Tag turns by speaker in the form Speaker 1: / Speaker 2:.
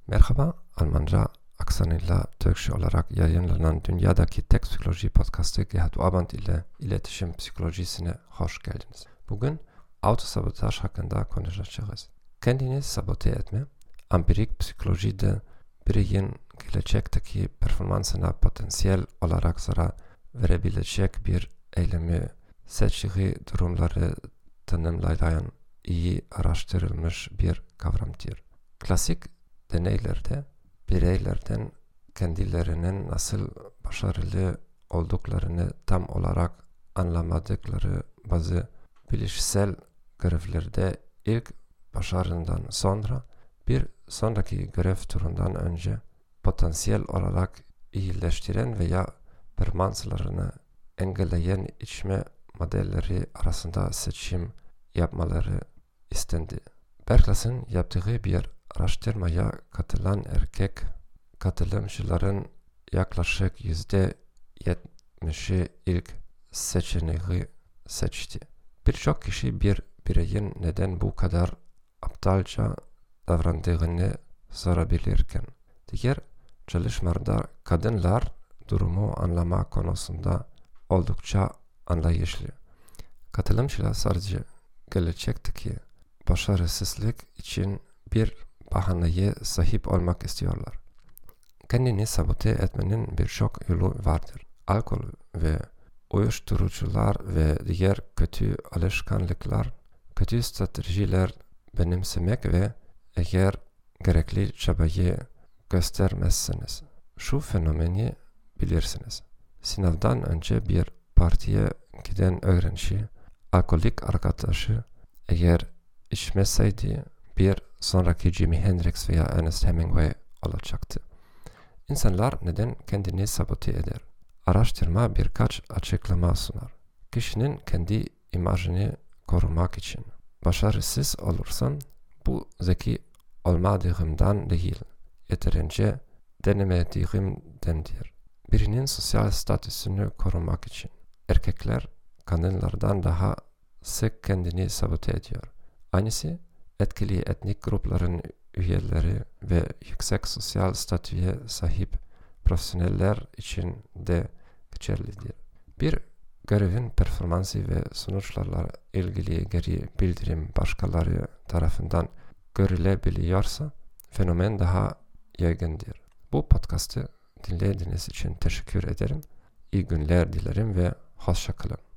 Speaker 1: Merhaba, Almanca aksanıyla Türkçe olarak yayınlanan Dünyadaki Tek Psikoloji Podcast'ı Gerhard Orband ile iletişim psikolojisine hoş geldiniz. Bugün autosabotaj hakkında konuşacağız. Kendini sabote etme, empirik psikolojide bireyin gelecekteki performansına potansiyel olarak zarar verebilecek bir eylemi seçici durumları tanımlayan iyi araştırılmış bir kavramdır. Klasik deneylerde bireylerden kendilerinin nasıl başarılı olduklarını tam olarak anlamadıkları bazı bilişsel görevlerde ilk başarından sonra bir sonraki görev turundan önce potansiyel olarak iyileştiren veya performanslarını engelleyen içme modelleri arasında seçim yapmaları istendi. Berklas'ın yaptığı bir araştırmaya katılan erkek katılımcıların yaklaşık %70'i ilk seçeneği seçti. Birçok kişi bir bireyin neden bu kadar aptalca davrandığını sorabilirken, diğer çalışmalarda kadınlar durumu anlama konusunda oldukça anlayışlı. Katılımcılar sadece gelecekteki başarısızlık için bir bahaneye sahip olmak istiyorlar. Kendini sabote etmenin birçok yolu vardır. Alkol ve uyuşturucular ve diğer kötü alışkanlıklar, kötü stratejiler benimsemek ve eğer gerekli çabayı göstermezseniz şu fenomeni bilirsiniz. Sınavdan önce bir partiye giden öğrenci, alkolik arkadaşı eğer içmeseydi bir sonraki Jimi Hendrix veya Ernest Hemingway olacaktı. İnsanlar neden kendini sabote eder? Araştırma birkaç açıklama sunar. Kişinin kendi imajını korumak için. Başarısız olursan bu zeki olmadığımdan değil, yeterince denemediğimdendir. Birinin sosyal statüsünü korumak için. Erkekler kadınlardan daha sık kendini sabote ediyor. Aynısı etkili etnik grupların üyeleri ve yüksek sosyal statüye sahip profesyoneller için de geçerlidir. Bir görevin performansı ve sonuçlarla ilgili geri bildirim başkaları tarafından görülebiliyorsa fenomen daha yaygındır. Bu podcast'ı dinlediğiniz için teşekkür ederim. İyi günler dilerim ve hoşça kalın.